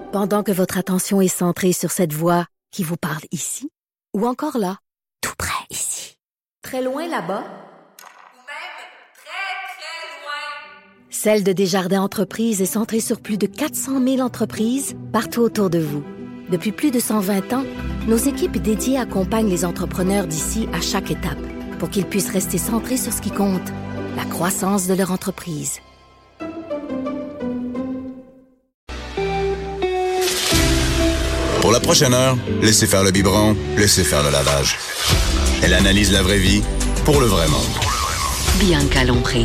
Pendant que votre attention est centrée sur cette voix qui vous parle ici, ou encore là, tout près ici, très loin là-bas, ou même très, très loin, Celle de Desjardins Entreprises est centrée sur plus de 400 000 entreprises partout autour de vous. Depuis plus de 120 ans, nos équipes dédiées accompagnent les entrepreneurs d'ici à chaque étape pour qu'ils puissent rester centrés sur ce qui compte, la croissance de leur entreprise. Pour la prochaine heure, laissez faire le biberon, laissez faire le lavage. Elle analyse la vraie vie pour le vrai monde. Bianca Lompré.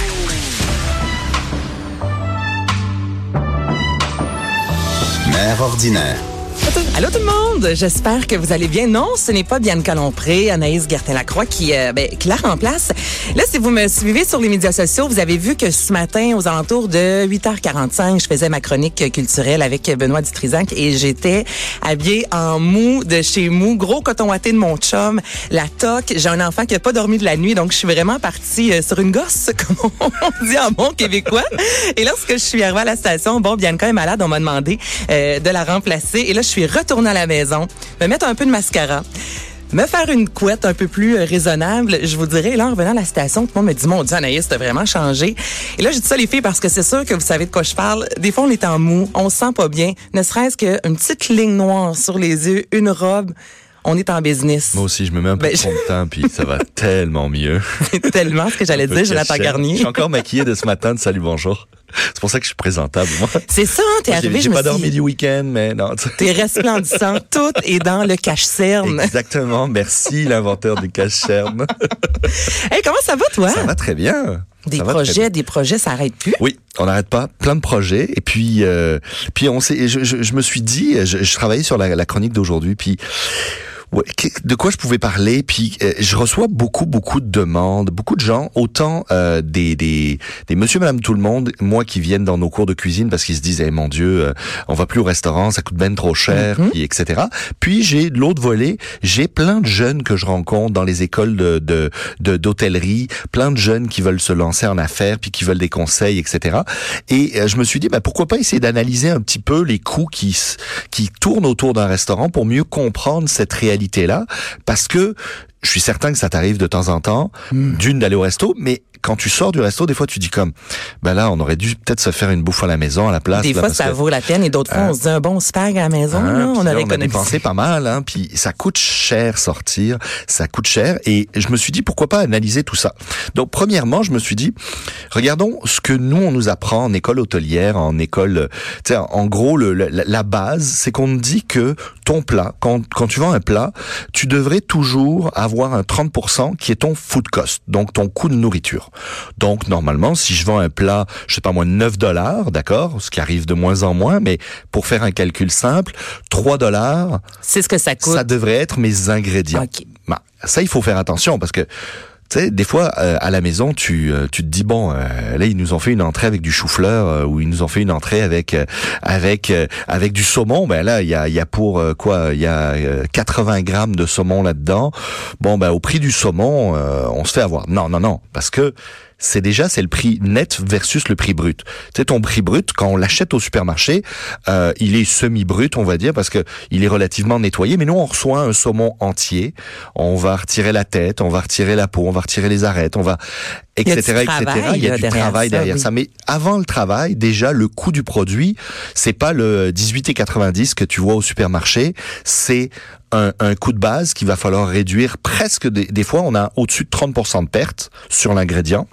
Mère ordinaire. Allô tout le monde, j'espère que vous allez bien. Non, ce n'est pas Bianca Lompré, Anaïs Gertin-Lacroix qui la remplace. Là, si vous me suivez sur les médias sociaux, vous avez vu que ce matin, aux alentours de 8h45, je faisais ma chronique culturelle avec Benoît Dutrisac et j'étais habillée en mou de chez Mou, gros coton watté de mon chum, la toque. J'ai un enfant qui n'a pas dormi de la nuit, donc je suis vraiment partie sur une gosse, comme on dit en bon québécois. Et lorsque je suis arrivée à la station, Bianca est malade, on m'a demandé de la remplacer. Et là, je suis retournée à la maison, me mettre un peu de mascara, me faire une couette un peu plus raisonnable, je vous dirais. Là, en revenant à la station, tout le monde me dit « Mon Dieu, Anaïs, t'as vraiment changé. » Et là, j'ai dit ça, les filles, parce que c'est sûr que vous savez de quoi je parle. Des fois, on est en mou, on se sent pas bien, ne serait-ce qu'une petite ligne noire sur les yeux, une robe. On est en business. Moi aussi, je me mets un peu de fond de teint, puis ça va tellement mieux. C'est tellement ce que j'allais dire, Jonathan Garnier. Je suis encore maquillée de ce matin de Salut Bonjour. C'est pour ça que je suis présentable, moi. C'est ça, t'es arrivé, j'ai pas dormi du week-end, mais non. T'es resplendissant, tout est dans le cache-cerne. Exactement, merci l'inventeur du cache-cerne. Hey, comment ça va, toi? Ça va très bien. Des projets, ça arrête plus. Oui, on n'arrête pas, plein de projets. Et puis je me suis dit, je travaillais sur la chronique d'aujourd'hui, puis ouais, de quoi je pouvais parler, puis je reçois beaucoup de demandes, beaucoup de gens, autant des monsieur madame tout le monde, moi qui viennent dans nos cours de cuisine parce qu'ils se disent mon Dieu, on va plus au restaurant, ça coûte ben trop cher, puis etc. Puis j'ai de l'autre volet, j'ai plein de jeunes que je rencontre dans les écoles d'hôtellerie, plein de jeunes qui veulent se lancer en affaires puis qui veulent des conseils, etc. Et je me suis dit pourquoi pas essayer d'analyser un petit peu les coûts qui tournent autour d'un restaurant pour mieux comprendre cette réalité-là, parce que je suis certain que ça t'arrive de temps en temps, d'aller au resto, mais quand tu sors du resto, des fois tu dis là, on aurait dû peut-être se faire une bouffe à la maison à la place. Des fois, ça vaut la peine, et d'autres fois, on se dit un bon spag à la maison, on avait dépensé pas mal, puis ça coûte cher sortir, ça coûte cher, et je me suis dit pourquoi pas analyser tout ça. Donc premièrement, je me suis dit, regardons ce que nous on nous apprend en école hôtelière, en école, en gros la base, c'est qu'on nous dit que ton plat, quand tu vends un plat, tu devrais toujours avoir un 30% qui est ton food cost, donc ton coût de nourriture. Donc, normalement, si je vends un plat, je sais pas moi, $9, d'accord? Ce qui arrive de moins en moins, mais pour faire un calcul simple, $3. C'est ce que ça coûte. Ça devrait être mes ingrédients. Okay. Ça, il faut faire attention parce que, tu sais, des fois, à la maison, tu te dis, là, ils nous ont fait une entrée avec du chou-fleur, ou ils nous ont fait une entrée avec du saumon. Là, il y a pour, il y a 80 grammes de saumon là-dedans. Au prix du saumon, on se fait avoir. Non, parce que c'est le prix net versus le prix brut. Tu sais, ton prix brut, quand on l'achète au supermarché, il est semi-brut, on va dire, parce que il est relativement nettoyé. Mais nous, on reçoit un saumon entier. On va retirer la tête, on va retirer la peau, on va retirer les arêtes, on va, etc., etc. Il y a du travail derrière ça. Mais avant le travail, déjà, le coût du produit, c'est pas le 18,90 que tu vois au supermarché. C'est un coût de base qu'il va falloir réduire presque. Des fois, on a au-dessus de 30% de perte sur l'ingrédient.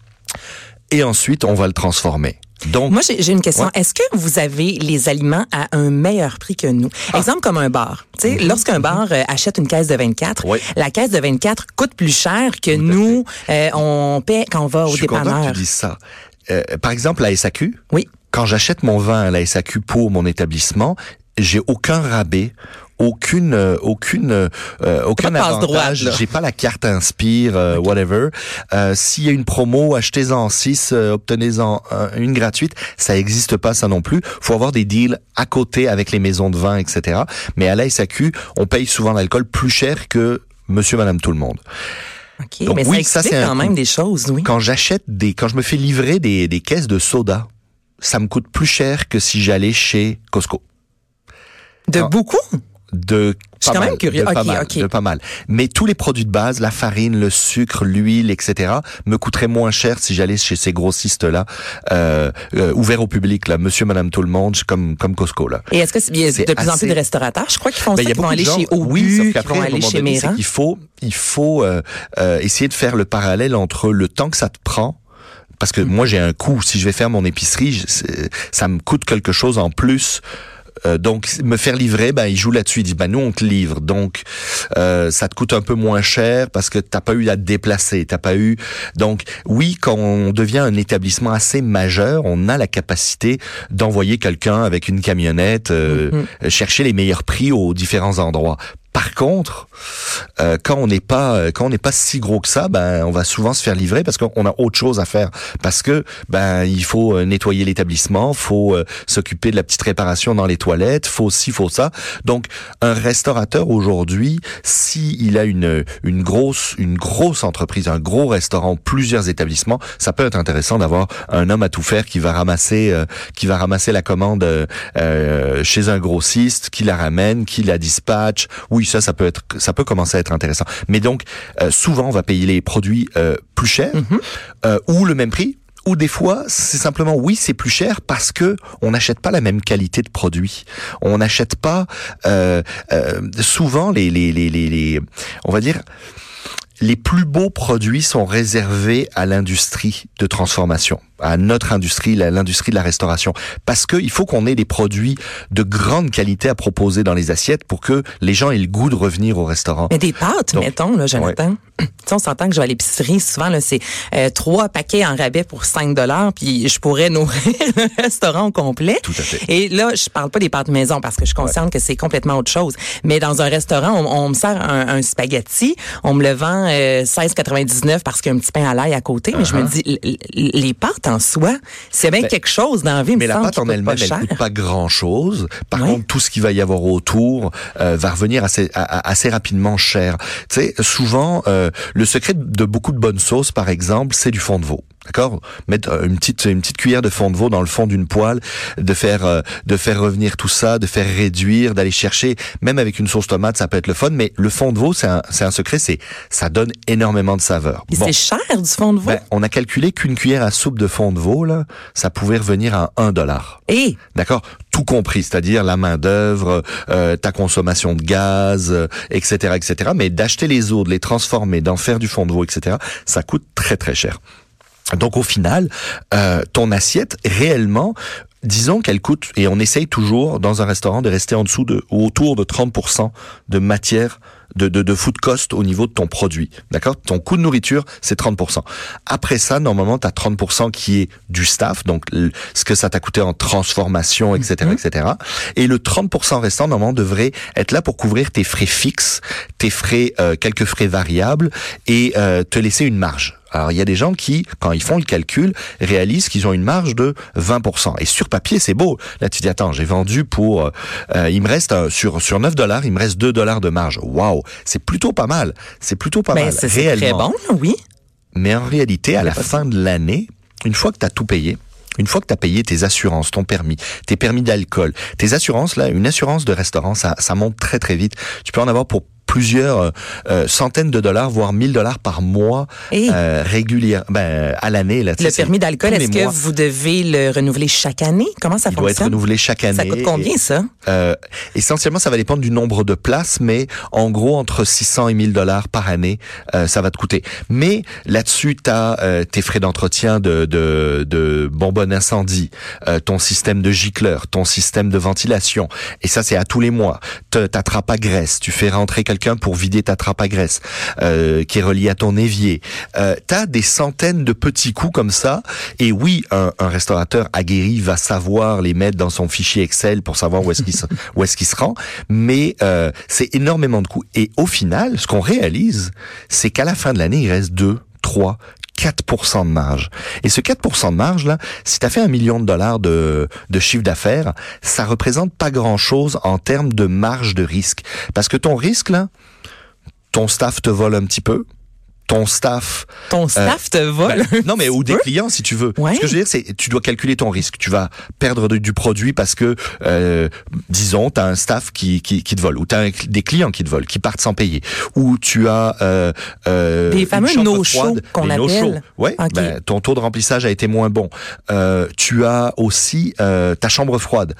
Et ensuite, on va le transformer. Donc, moi, j'ai une question. Ouais. Est-ce que vous avez les aliments à un meilleur prix que nous? Exemple comme un bar. Tu sais, lorsqu'un bar achète une caisse de 24, la caisse de 24 coûte plus cher que nous, on paie quand on va au dépanneur. Je suis content que tu dises ça. Par exemple, la SAQ. Oui. Quand j'achète mon vin à la SAQ pour mon établissement, j'ai aucun rabais, aucune avantage. J'ai pas la carte Inspire, whatever. S'il y a une promo, achetez-en 6, obtenez-en une gratuite. Ça existe pas, ça non plus. Faut avoir des deals à côté avec les maisons de vin, etc. Mais à la SAQ, on paye souvent l'alcool plus cher que monsieur, madame, tout le monde. OK, donc, mais ça explique quand même des choses, oui. Quand je me fais livrer des caisses de soda, ça me coûte plus cher que si j'allais chez Costco. beaucoup? De Je suis quand même curieux. De pas mal. Mais tous les produits de base, la farine, le sucre, l'huile, etc., me coûteraient moins cher si j'allais chez ces grossistes-là, ouverts au public, là, monsieur, madame, tout le monde, comme Costco, là. Et est-ce que il y a de plus en plus de restaurateurs? Je crois qu'ils font ça, qu'ils vont aller chez Obu, qu'ils vont aller chez Mera. Il faut essayer de faire le parallèle entre le temps que ça te prend. Parce que moi, j'ai un coût. Si je vais faire mon épicerie, ça me coûte quelque chose en plus. Donc me faire livrer, il joue là-dessus, il dit nous on te livre, donc ça te coûte un peu moins cher parce que t'as pas eu à te déplacer, donc oui, quand on devient un établissement assez majeur, on a la capacité d'envoyer quelqu'un avec une camionnette chercher les meilleurs prix aux différents endroits. Par contre, quand on n'est pas si gros que ça, on va souvent se faire livrer parce qu'on a autre chose à faire. Parce que il faut nettoyer l'établissement, faut s'occuper de la petite réparation dans les toilettes, faut ci, faut ça. Donc un restaurateur aujourd'hui, si il a une grosse entreprise, un gros restaurant, plusieurs établissements, ça peut être intéressant d'avoir un homme à tout faire qui va ramasser la commande chez un grossiste, qui la ramène, qui la dispatche. Oui, ça peut commencer à être intéressant. Mais donc, souvent, on va payer les produits plus chers ou le même prix. Ou des fois, c'est simplement, oui, c'est plus cher parce que on n'achète pas la même qualité de produit. On n'achète pas souvent les on va dire, les plus beaux produits sont réservés à l'industrie de transformation, à notre industrie, l'industrie de la restauration. Parce que il faut qu'on ait des produits de grande qualité à proposer dans les assiettes pour que les gens aient le goût de revenir au restaurant. Mais des pâtes, mettons, là, Jonathan. Ouais. On s'entend que je vais à l'épicerie, souvent, là, c'est 3 paquets en rabais pour 5$, puis je pourrais nourrir le restaurant au complet. Tout à fait. Et là, je parle pas des pâtes maison parce que je suis consciente que c'est complètement autre chose. Mais dans un restaurant, on me sert un spaghetti, on me le vend 16,99 parce qu'il y a un petit pain à l'ail à côté, mais je me dis, les pâtes en soi, c'est bien quelque chose dans la vie, mais la pâte en elle-même, elle coûte pas grand-chose. Par contre, tout ce qu'il va y avoir autour va revenir assez rapidement cher. Tu sais, souvent, le secret de beaucoup de bonnes sauces, par exemple, c'est du fond de veau. D'accord? Mettre une petite cuillère de fond de veau dans le fond d'une poêle, de faire revenir tout ça, de faire réduire, d'aller chercher, même avec une sauce tomate, ça peut être le fun, mais le fond de veau, c'est un secret, ça donne énormément de saveur. Et c'est cher, du fond de veau? On a calculé qu'une cuillère à soupe de fond de veau, là, ça pouvait revenir à $1. Et? D'accord? Tout compris, c'est-à-dire la main-d'œuvre, ta consommation de gaz, etc., etc. Mais d'acheter les os, de les transformer, d'en faire du fond de veau, etc., ça coûte très, très cher. Donc au final, ton assiette, réellement, disons qu'elle coûte, et on essaye toujours dans un restaurant de rester en dessous ou autour de 30% de matière, de food cost au niveau de ton produit. D'accord? Ton coût de nourriture, c'est 30%. Après ça, normalement, tu as 30% qui est du staff, donc ce que ça t'a coûté en transformation, etc., etc. Et le 30% restant, normalement, devrait être là pour couvrir tes frais fixes, tes frais, quelques frais variables, et te laisser une marge. Alors, il y a des gens qui, quand ils font le calcul, réalisent qu'ils ont une marge de 20%. Et sur papier, c'est beau. Là, tu dis, attends, j'ai vendu pour... il me reste, sur $9, il me reste $2 de marge. Waouh! C'est plutôt pas mal. C'est plutôt pas mal, c'est réellement. très bon, oui. Mais en réalité, à la fin de l'année, une fois que tu as tout payé, une fois que tu as payé tes assurances, ton permis, tes permis d'alcool, tes assurances, là, une assurance de restaurant, ça monte très, très vite. Tu peux en avoir pour plusieurs centaines de dollars, voire $1,000 par mois régulièrement, à l'année. Là, le permis d'alcool, est-ce que vous devez le renouveler chaque année? Comment ça fonctionne? Il doit être renouvelé chaque année. Ça coûte combien, ça? Essentiellement, ça va dépendre du nombre de places, mais en gros, entre 600 et $1,000 par année, ça va te coûter. Mais là-dessus, tu as tes frais d'entretien de bonbonne incendie, ton système de gicleur, ton système de ventilation. Et ça, c'est à tous les mois. Ta trappe à graisse, tu fais rentrer quelqu'un pour vider ta trappe à graisse, qui est reliée à ton évier. T'as des centaines de petits coûts comme ça. Et oui, un restaurateur aguerri va savoir les mettre dans son fichier Excel pour savoir où est-ce qu'il se rend. Mais c'est énormément de coûts. Et au final, ce qu'on réalise, c'est qu'à la fin de l'année, il reste 2, 3, 4% de marge. Et ce 4% de marge, là, si tu as fait $1 million de chiffre d'affaires, ça représente pas grand-chose en termes de marge de risque. Parce que ton risque, là, ton staff te vole un petit peu, ton staff te vole. Non, mais ou des clients, si tu veux. Ouais. Ce que je veux dire, c'est tu dois calculer ton risque. Tu vas perdre du produit parce que, disons, tu as un staff qui te vole, ou tu as des clients qui te volent, qui partent sans payer, ou tu as des fameux no-show qu'on appelle. Ouais, okay. Ton taux de remplissage a été moins bon. Tu as aussi ta chambre froide.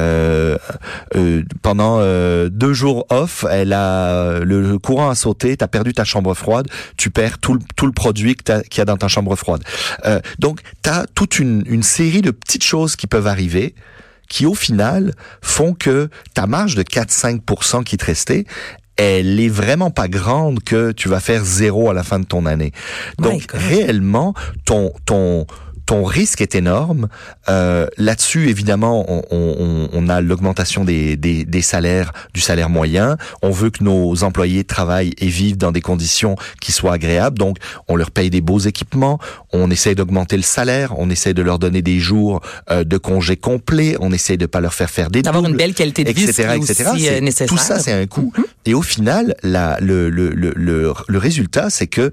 Pendant 2 jours off, le courant a sauté, tu as perdu ta chambre froide, tu perds tout le produit qu'il y a dans ta chambre froide. Donc, tu as toute une série de petites choses qui peuvent arriver qui, au final, font que ta marge de 4-5% qui te restait, elle est vraiment pas grande que tu vas faire 0 à la fin de ton année. Donc, réellement, ton risque est énorme. Là-dessus, évidemment, on a l'augmentation des salaires, du salaire moyen. On veut que nos employés travaillent et vivent dans des conditions qui soient agréables. Donc, on leur paye des beaux équipements. On essaie d'augmenter le salaire. On essaie de leur donner des jours de congés complets. On essaie de pas leur faire des d'avoir doubles, une belle qualité de vie, etc., aussi nécessaire. Tout ça, c'est un coût. Et au final, le résultat, c'est que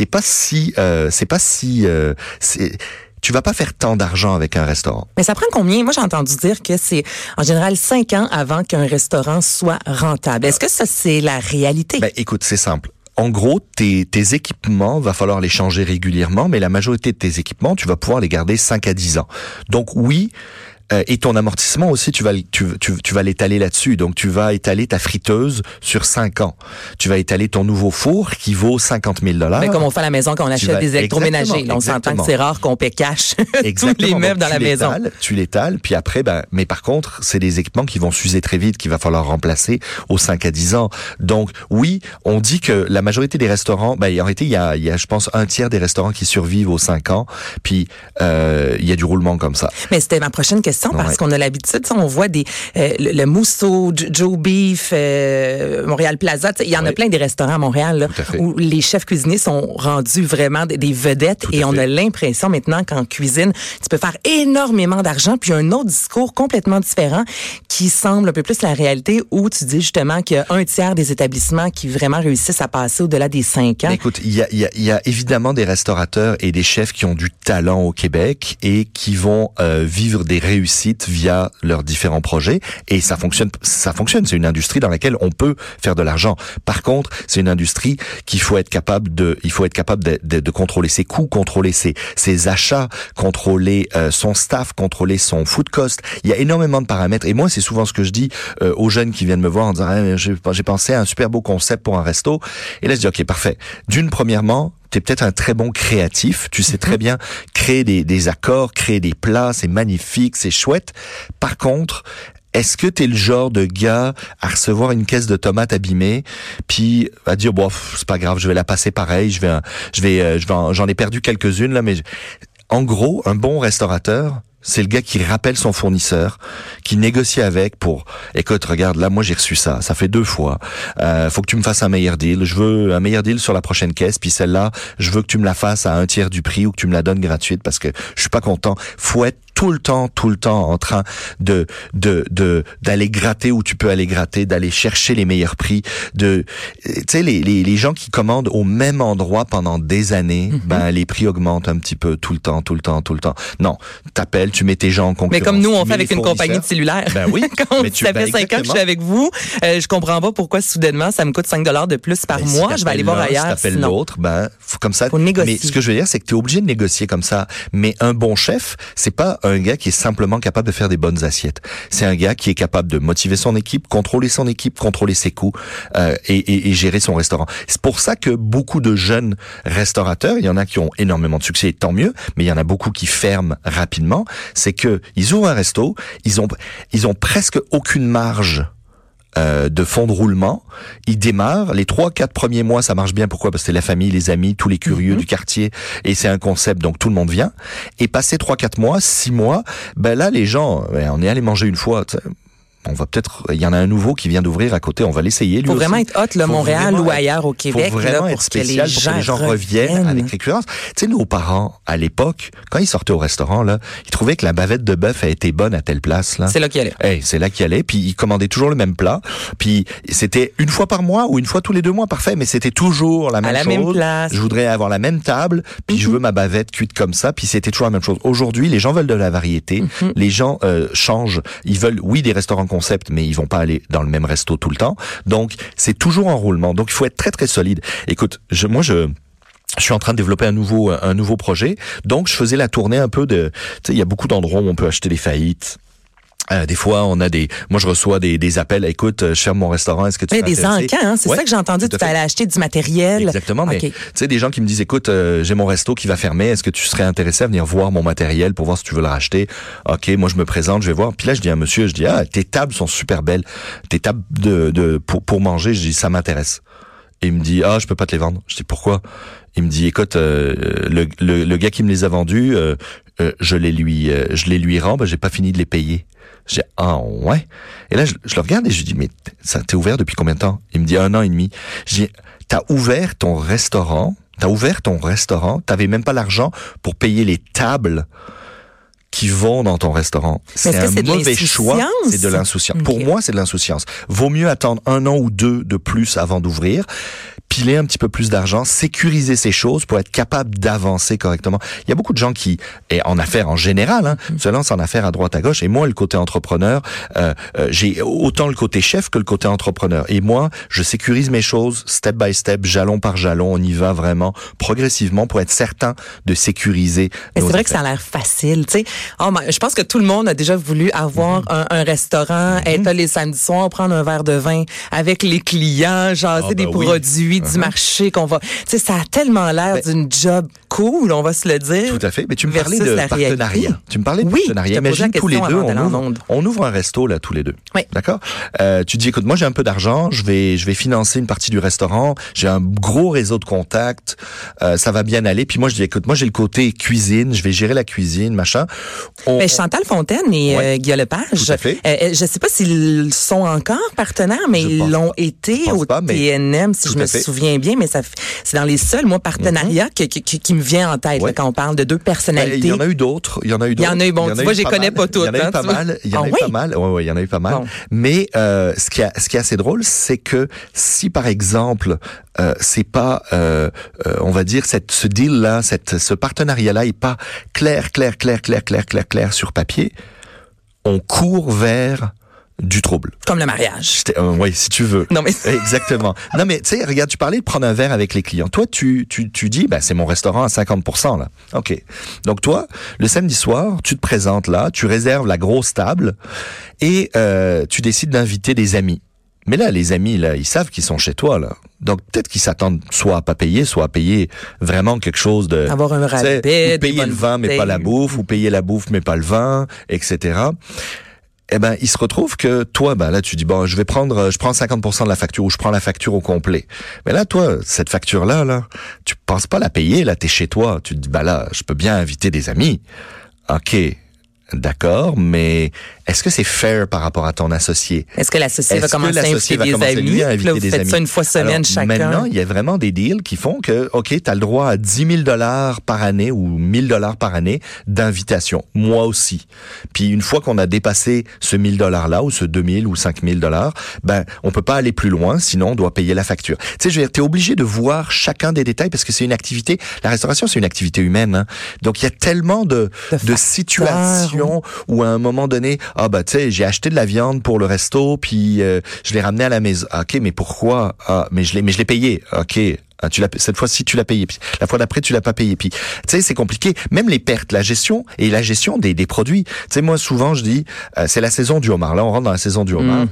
tu vas pas faire tant d'argent avec un restaurant. Mais ça prend combien? Moi, j'ai entendu dire que c'est en général 5 ans avant qu'un restaurant soit rentable. Est-ce que ça, c'est la réalité? Écoute, c'est simple. En gros, tes équipements, va falloir les changer régulièrement, mais la majorité de tes équipements, tu vas pouvoir les garder 5 à 10 ans. Donc oui, et ton amortissement aussi, tu vas l'étaler là-dessus. Donc, tu vas étaler ta friteuse sur 5 ans. Tu vas étaler ton nouveau four qui vaut 50 000 $. Mais comme on fait à la maison quand on achète des électroménagers. Là, on s'entend que c'est rare qu'on paie cash tous les meubles dans la maison. Tu l'étales, puis après, mais par contre, c'est des équipements qui vont s'user très vite, qu'il va falloir remplacer aux 5 à 10 ans. Donc, oui, on dit que la majorité des restaurants, en réalité, il y a, je pense, 1/3 des restaurants qui survivent aux 5 ans, puis il y a du roulement comme ça. Mais c'était ma prochaine question. Parce qu'on a l'habitude, on voit le Mousseau, Joe Beef, Montréal Plaza, il y en a plein des restaurants à Montréal là, où les chefs cuisiniers sont rendus vraiment des vedettes et on a l'impression maintenant qu'en cuisine, tu peux faire énormément d'argent, puis un autre discours complètement différent qui semble un peu plus la réalité où tu dis justement qu'il y a 1/3 des établissements qui vraiment réussissent à passer au-delà des 5 ans. Mais écoute, il y a évidemment des restaurateurs et des chefs qui ont du talent au Québec et qui vont vivre des réussites via leurs différents projets et ça fonctionne. C'est une industrie dans laquelle on peut faire de l'argent. Par contre, c'est une industrie qu'il faut être capable de contrôler ses coûts, contrôler ses achats, contrôler son staff, contrôler son food cost. Il y a énormément de paramètres et moi, c'est souvent ce que je dis aux jeunes qui viennent me voir en disant j'ai pensé à un super beau concept pour un resto et là je dis OK, parfait. Premièrement, t'es peut-être un très bon créatif, tu sais très bien créer des accords, créer des plats, c'est magnifique, c'est chouette. Par contre, est-ce que t'es le genre de gars à recevoir une caisse de tomates abîmée, puis à dire c'est pas grave, je vais la passer pareil, j'en ai perdu quelques-unes là, mais en gros, un bon restaurateur, c'est le gars qui rappelle son fournisseur, qui négocie avec pour, écoute, regarde, là, moi, j'ai reçu ça fait 2 fois. Faut que tu me fasses un meilleur deal. Je veux un meilleur deal sur la prochaine caisse, puis celle-là, je veux que tu me la fasses à 1/3 du prix ou que tu me la donnes gratuite parce que je suis pas content. Faut être tout le temps en train d'aller gratter où tu peux aller gratter, d'aller chercher les meilleurs prix, tu sais, les gens qui commandent au même endroit pendant des années, les prix augmentent un petit peu tout le temps. Non, t'appelles, tu mets tes gens en concurrence. Mais comme nous, on fait avec une compagnie de cellulaire. Ben oui. Ça fait 5 ans que je suis avec vous. Je comprends pas pourquoi soudainement ça me coûte 5 $ de plus par mois. Je vais aller voir ailleurs. Si t'appelles l'autre, comme ça. Faut négocier. Mais ce que je veux dire, c'est que t'es obligé de négocier comme ça. Mais un bon chef, c'est pas un gars qui est simplement capable de faire des bonnes assiettes. C'est un gars qui est capable de motiver son équipe, contrôler ses coûts et gérer son restaurant. C'est pour ça que beaucoup de jeunes restaurateurs, il y en a qui ont énormément de succès, tant mieux, mais il y en a beaucoup qui ferment rapidement. C'est que ils ouvrent un resto, ils ont presque aucune marge de fonds de roulement. Ils démarrent. Les 3-4 premiers mois, ça marche bien. Pourquoi? Parce que c'est la famille, les amis, tous les curieux du quartier. Et c'est un concept, donc tout le monde vient. Et passé 3-4 mois, 6 mois, là, les gens, on est allé manger une fois, il y en a un nouveau qui vient d'ouvrir à côté, on va l'essayer, lui Faut aussi. vraiment être hot, là, Montréal ou ailleurs au Québec, faut vraiment là, être spécial pour que les gens reviennent avec récurrence. Tu sais, nos parents, à l'époque, quand ils sortaient au restaurant, là, ils trouvaient que la bavette de bœuf a été bonne à telle place, là. C'est là qu'il allait. C'est là qu'il allait, puis ils commandaient toujours le même plat, puis c'était une fois par mois ou une fois tous les 2 mois, parfait, mais c'était toujours la même chose. Même place. Je voudrais avoir la même table, puis je veux ma bavette cuite comme ça, puis c'était toujours la même chose. Aujourd'hui, les gens veulent de la variété, les gens changent, ils veulent, oui, des restaurants concept, mais ils vont pas aller dans le même resto tout le temps. Donc, c'est toujours en roulement. Donc, il faut être très, très solide. Écoute, je suis en train de développer un nouveau projet. Donc, je faisais la tournée un peu de, tu sais, il y a beaucoup d'endroits où on peut acheter des faillites. Des fois, moi je reçois des appels. Écoute, je ferme mon restaurant. Est-ce que tu peux des encans, hein? C'est ça que j'ai entendu. Tu allais acheter du matériel. Exactement. Mais tu sais, des gens qui me disent, écoute, j'ai mon resto qui va fermer. Est-ce que tu serais intéressé à venir voir mon matériel pour voir si tu veux le racheter? Ok, moi je me présente, je vais voir. Puis là, je dis à un monsieur, tes tables sont super belles. Tes tables pour manger. Je dis, ça m'intéresse. Et il me dit, je peux pas te les vendre. Je dis, pourquoi? Il me dit, écoute, le gars qui me les a vendus, je les lui rends. J'ai pas fini de les payer. J'ai ouais. Et là, je le regarde et je lui dis, mais ça t'es ouvert depuis combien de temps? Il me dit 1 an et demi. Je dis, t'as ouvert ton restaurant, t'avais même pas l'argent pour payer les tables qui vont dans ton restaurant. C'est un mauvais choix, c'est de l'insouciance. Okay. Pour moi, c'est de l'insouciance. Vaut mieux attendre 1 an ou 2 de plus avant d'ouvrir, piler un petit peu plus d'argent, sécuriser ces choses pour être capable d'avancer correctement. Il y a beaucoup de gens qui, et en affaires en général, se lancent en affaires à droite à gauche. Et moi, le côté entrepreneur, j'ai autant le côté chef que le côté entrepreneur. Et moi, je sécurise mes choses step by step, jalon par jalon. On y va vraiment progressivement pour être certain de sécuriser. Mais c'est vrai que ça a l'air facile, tu sais. Je pense que tout le monde a déjà voulu avoir un restaurant, être les samedis soirs, prendre un verre de vin avec les clients, jaser des produits du marché qu'on va. Tu sais, ça a tellement l'air d'une job cool, on va se le dire. Tout à fait. Mais tu me parlais de partenariat. Tu me parlais de partenariat. Imagine tous les deux, on ouvre un resto là tous les deux. Oui. D'accord. Tu dis, écoute, moi j'ai un peu d'argent, je vais financer une partie du restaurant. J'ai un gros réseau de contacts, ça va bien aller. Puis moi je dis, écoute, moi j'ai le côté cuisine, je vais gérer la cuisine, machin. Mais Chantal Fontaine et Guillaume Lepage, tout à fait. Je sais pas s'ils sont encore partenaires, mais ils l'ont été au TNM, si je me souviens bien, mais c'est dans les seuls, partenariats qui me vient en tête là, quand on parle de 2 personnalités. Il y en a eu d'autres. Tu vois, je les connais pas toutes. Il y en a eu pas mal. Il y en a eu pas mal. Ouais, il y en a eu pas mal. Bon. Mais ce qui est assez drôle, c'est que si par exemple c'est pas on va dire ce deal là, ce partenariat là est pas clair sur papier, on court vers du trouble. Comme le mariage. Oui, si tu veux. Non, mais... Exactement. Non, mais tu sais, regarde, tu parlais de prendre un verre avec les clients. Toi, tu dis, c'est mon restaurant à 50%, là. OK. Donc toi, le samedi soir, tu te présentes là, tu réserves la grosse table et tu décides d'inviter des amis. Mais là, les amis, là, ils savent qu'ils sont chez toi, là. Donc, peut-être qu'ils s'attendent soit à pas payer, soit à payer vraiment quelque chose de... Avoir un rabais, ou payer le vin, mais pas la bouffe, ou payer la bouffe, mais pas le vin, etc. Eh ben, il se retrouve que toi, là, tu dis, je prends 50% de la facture, ou je prends la facture au complet. Mais là, toi, cette facture-là, tu penses pas la payer, là, t'es chez toi. Tu te dis, là, je peux bien inviter des amis. OK. D'accord, mais est-ce que c'est fair par rapport à ton associé? Est-ce que l'associé va commencer à inviter des amis? Là, vous faites ça une fois semaine chacun. Maintenant, il y a vraiment des deals qui font que, OK, t'as le droit à 10 000 $ par année ou 1 000 $ par année d'invitation. Moi aussi. Puis une fois qu'on a dépassé ce 1 000 $ là, ou ce 2 000 ou 5 000 $, on peut pas aller plus loin, sinon on doit payer la facture. Tu sais, je veux dire, t'es obligé de voir chacun des détails parce que c'est une activité, la restauration, c'est une activité humaine, hein. Donc il y a tellement de situations où à un moment donné, tu sais, j'ai acheté de la viande pour le resto, puis je l'ai ramené à la maison. OK, mais pourquoi? Mais je l'ai payé. OK. Cette fois-ci, tu l'as payé. Puis la fois d'après, tu l'as pas payé. Puis, tu sais, c'est compliqué. Même les pertes, la gestion des produits. Tu sais, moi, souvent, je dis, c'est la saison du homard. Là, on rentre dans la saison du homard.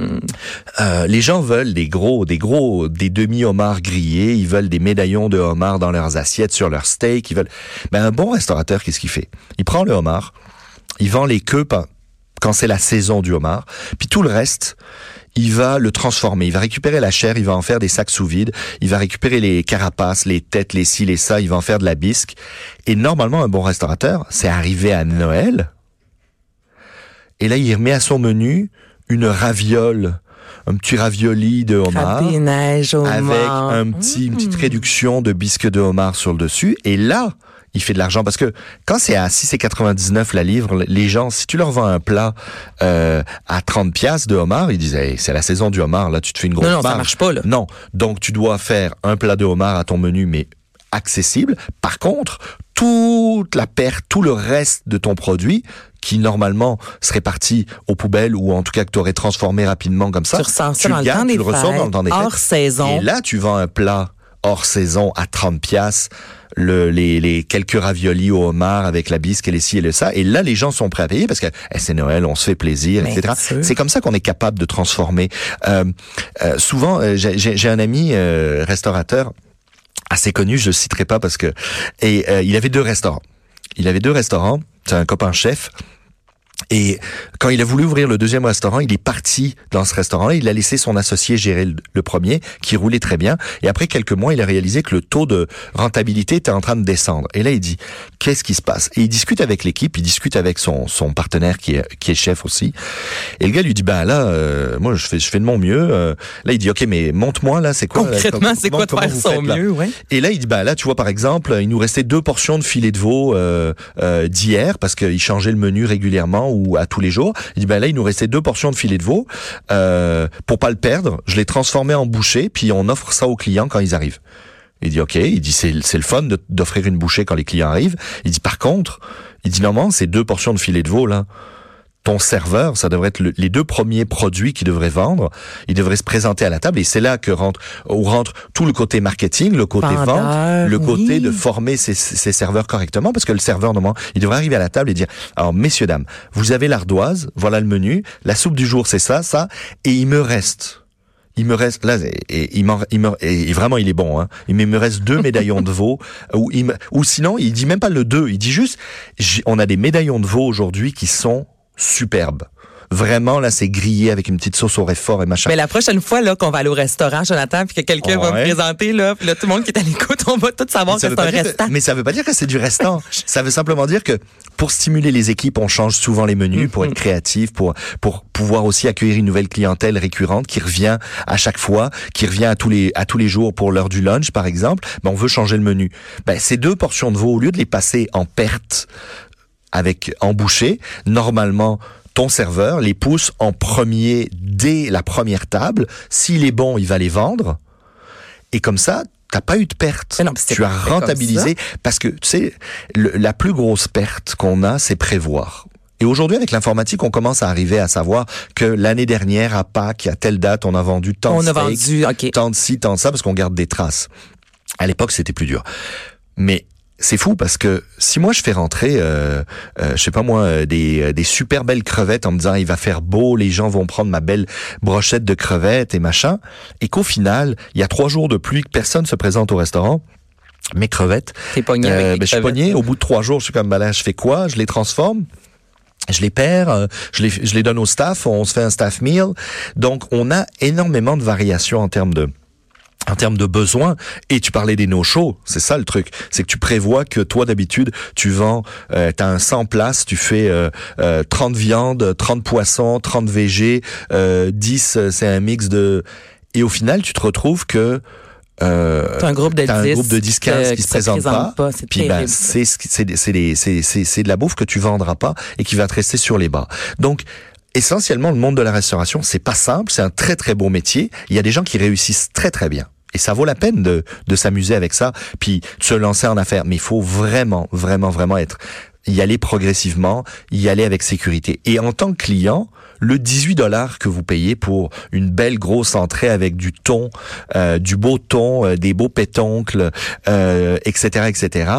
Les gens veulent des demi-homards grillés. Ils veulent des médaillons de homard dans leurs assiettes, sur leur steak. Ils veulent, un bon restaurateur, qu'est-ce qu'il fait? Il prend le homard. Il vend les queues quand c'est la saison du homard. Puis tout le reste, il va le transformer. Il va récupérer la chair, il va en faire des sacs sous vide. Il va récupérer les carapaces, les têtes, les ci, les ça. Il va en faire de la bisque. Et normalement, un bon restaurateur, c'est arrivé à Noël. Et là, il remet à son menu une raviole, un petit ravioli de homard, Neige, homard. avec une petite réduction de bisque de homard sur le dessus. Et là, il fait de l'argent parce que quand c'est à 6,99 la livre, les gens, si tu leur vends un plat à 30 piastres de homard, ils disent hey, c'est la saison du homard, là tu te fais une grosse Non, marge. ça marche pas là. Non, donc tu dois faire un plat de homard à ton menu, mais accessible. Par contre, toute la perte, tout le reste de ton produit, qui normalement serait parti aux poubelles ou en tout cas que tu aurais transformé rapidement comme ça, tu ressors ça tu dans le le temps gardes, des tu le ressors dans le temps des fêtes. hors saison. Et là, tu vends un plat hors saison à 30 piastres, les quelques raviolis au homard avec la bisque et les ci et le ça. Et là, les gens sont prêts à payer parce que c'est Noël, on se fait plaisir, etc. C'est comme ça qu'on est capable de transformer. Souvent, j'ai un ami restaurateur assez connu, je le citerai pas parce que il avait 2 restaurants. C'est un copain chef. Et quand il a voulu ouvrir le 2e restaurant, il est parti dans ce restaurant-là. Il a laissé son associé gérer le premier, qui roulait très bien. Et après quelques mois, il a réalisé que le taux de rentabilité était en train de descendre. Et là, il dit, qu'est-ce qui se passe? Et il discute avec l'équipe, il discute avec son partenaire qui est chef aussi. Et le gars lui dit, moi, je fais de mon mieux. Là, il dit, OK, mais montre-moi, là, c'est quoi? Concrètement, c'est quoi de faire son mieux, ouais? Et là, il dit, là, tu vois, par exemple, il nous restait 2 portions de filet de veau d'hier, parce qu'il changeait le menu régulièrement ou à tous les jours. Il dit, là, il nous restait 2 portions de filet de veau. Pour pas le perdre, je l'ai transformé en bouchée, puis on offre ça aux clients quand ils arrivent. Il dit, OK. Il dit, c'est le fun d'offrir une bouchée quand les clients arrivent. Il dit, par contre, non, c'est 2 portions de filet de veau, là. Ton serveur, ça devrait être les 2 premiers produits qu'il devrait vendre. Il devrait se présenter à la table et c'est là que rentre tout le côté marketing, le côté vente, le côté de former ses serveurs correctement parce que le serveur, normalement, il devrait arriver à la table et dire, alors, messieurs, dames, vous avez l'ardoise, voilà le menu, la soupe du jour, c'est ça, et il me reste là et vraiment il est bon il me reste 2 médaillons de veau ou sinon il dit même pas le 2, il dit juste on a des médaillons de veau aujourd'hui qui sont superbes. Vraiment, là, c'est grillé avec une petite sauce au réfort et machin. Mais la prochaine fois, là, qu'on va aller au restaurant, Jonathan, puis que quelqu'un va me présenter, là, puis là, tout le monde qui est à l'écoute, on va tout savoir que c'est un restant. Mais ça veut pas dire que c'est du restant. Ça veut simplement dire que pour stimuler les équipes, on change souvent les menus pour être créatif, pour pouvoir aussi accueillir une nouvelle clientèle récurrente qui revient à chaque fois, qui revient à tous les jours pour l'heure du lunch, par exemple. On veut changer le menu. Ces 2 portions de veau, au lieu de les passer en perte en bouchée, normalement, ton serveur les pousse en premier dès la première table. S'il est bon, il va les vendre. Et comme ça, t'as pas eu de perte. Non, tu as rentabilisé. Parce que, tu sais, la plus grosse perte qu'on a, c'est prévoir. Et aujourd'hui, avec l'informatique, on commence à arriver à savoir que l'année dernière, à Pâques, à telle date, on a vendu tant de steaks, tant de ci, tant de ça, parce qu'on garde des traces. À l'époque, c'était plus dur. Mais c'est fou parce que si moi je fais rentrer, je sais pas moi, des super belles crevettes en me disant il va faire beau, les gens vont prendre ma belle brochette de crevettes et machin, et qu'au final il y a 3 jours de pluie que personne se présente au restaurant, mes crevettes, t'es pogné avec les crevettes. Je suis pogné. Au bout de 3 jours, je suis comme là, je fais quoi? Je les transforme. Je les perds, je les donne au staff, on se fait un staff meal. Donc on a énormément de variations en termes de besoins. Et tu parlais des no-shows, c'est ça le truc. C'est que tu prévois que toi, d'habitude, tu vends, t'as un 100 places, tu fais 30 viandes, 30 poissons, 30 végés, 10, c'est un mix de... Et au final, tu te retrouves que t'as un groupe de 10-15 qui se présente pas. Puis c'est de la bouffe que tu vendras pas et qui va te rester sur les bas. Donc, essentiellement, le monde de la restauration, c'est pas simple, c'est un très très beau métier. Il y a des gens qui réussissent très très bien. Et ça vaut la peine de s'amuser avec ça, puis de se lancer en affaires. Mais il faut vraiment, vraiment, vraiment y aller progressivement, y aller avec sécurité. Et en tant que client, le 18$ que vous payez pour une belle grosse entrée avec du thon, du beau thon, des beaux pétoncles, etc.,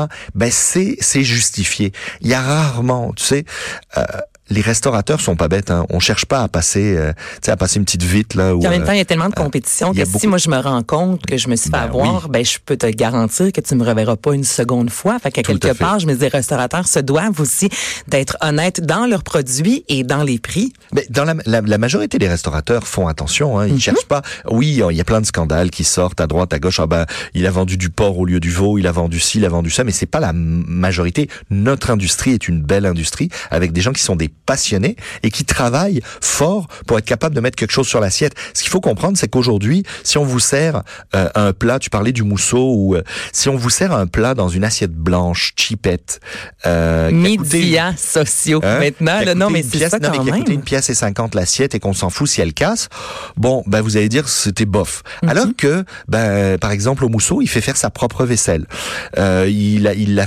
c'est justifié. Il y a rarement, tu sais... les restaurateurs sont pas bêtes, hein. On cherche pas à passer, à passer une petite vite là. En même temps, il y a tellement de compétition que si moi je me rends compte que je me suis fait avoir, je peux te garantir que tu me reverras pas une seconde fois. Fait qu'à quelque part, je me dis, les restaurateurs se doivent aussi d'être honnêtes dans leurs produits et dans les prix. Mais dans la majorité des restaurateurs font attention, hein. Ils cherchent pas. Oui, il y a plein de scandales qui sortent à droite, à gauche. Il a vendu du porc au lieu du veau, il a vendu ci, il a vendu ça, mais c'est pas la majorité. Notre industrie est une belle industrie avec des gens qui sont des passionnés et qui travaillent fort pour être capables de mettre quelque chose sur l'assiette. Ce qu'il faut comprendre, c'est qu'aujourd'hui, si on vous sert un plat, tu parlais du mousseau, ou si on vous sert un plat dans une assiette blanche, cheapette, médias sociaux maintenant, là, non, mais c'est ça quand même. Qui a coûté 1,50 $ l'assiette et qu'on s'en fout si elle casse, bon, ben vous allez dire c'était bof. Alors que, ben par exemple au mousseau, il fait faire sa propre vaisselle. Il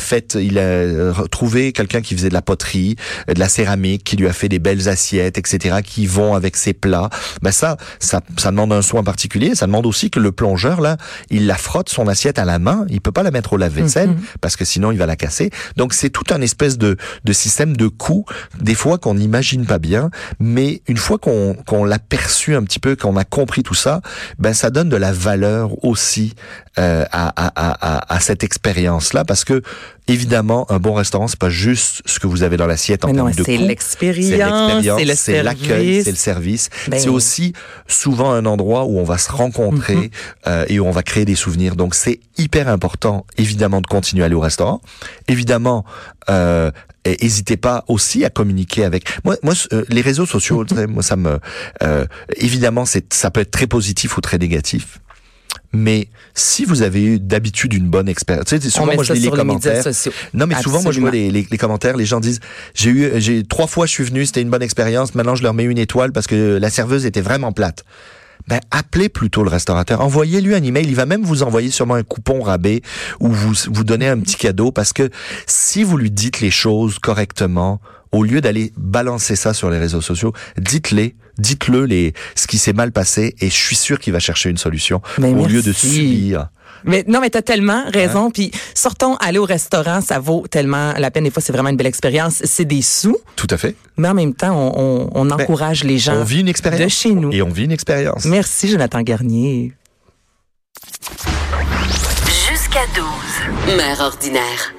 a trouvé quelqu'un qui faisait de la poterie, de la céramique, qui lui a fait des belles assiettes, etc., qui vont avec ses plats. Ben ça demande un soin particulier. Ça demande aussi que le plongeur là, il la frotte son assiette à la main. Il peut pas la mettre au lave-vaisselle parce que sinon il va la casser. Donc c'est tout un espèce de système de coûts, des fois qu'on n'imagine pas bien, mais une fois qu'on l'a perçu un petit peu, qu'on a compris tout ça, ben ça donne de la valeur aussi à cette expérience-là, parce que évidemment, un bon restaurant, c'est pas juste ce que vous avez dans l'assiette en termes de coût. C'est l'expérience, c'est l'accueil, c'est le service. C'est aussi souvent un endroit où on va se rencontrer et où on va créer des souvenirs. Donc c'est hyper important, évidemment, de continuer à aller au restaurant. Évidemment, n'hésitez pas aussi à communiquer avec moi. Les réseaux sociaux, moi ça me évidemment ça peut être très positif ou très négatif. Mais si vous avez eu d'habitude une bonne expérience, tu sais, souvent moi je lis les commentaires. Non, mais souvent moi je vois les commentaires, les gens disent j'ai 3 fois je suis venu, c'était une bonne expérience, maintenant je leur mets 1 étoile parce que la serveuse était vraiment plate. Ben, appelez plutôt le restaurateur. Envoyez-lui un email. Il va même vous envoyer sûrement un coupon rabais ou vous donner un petit cadeau, parce que si vous lui dites les choses correctement, au lieu d'aller balancer ça sur les réseaux sociaux, dites-le ce qui s'est mal passé, et je suis sûr qu'il va chercher une solution au lieu de subir. Mais non, mais t'as tellement raison. Puis sortons, aller au restaurant, ça vaut tellement la peine. Des fois, c'est vraiment une belle expérience. C'est des sous. Tout à fait. Mais en même temps, on encourage les gens. On vit une expérience de chez nous. Et on vit une expérience. Merci, Jonathan Garnier. Jusqu'à 12. Mère ordinaire.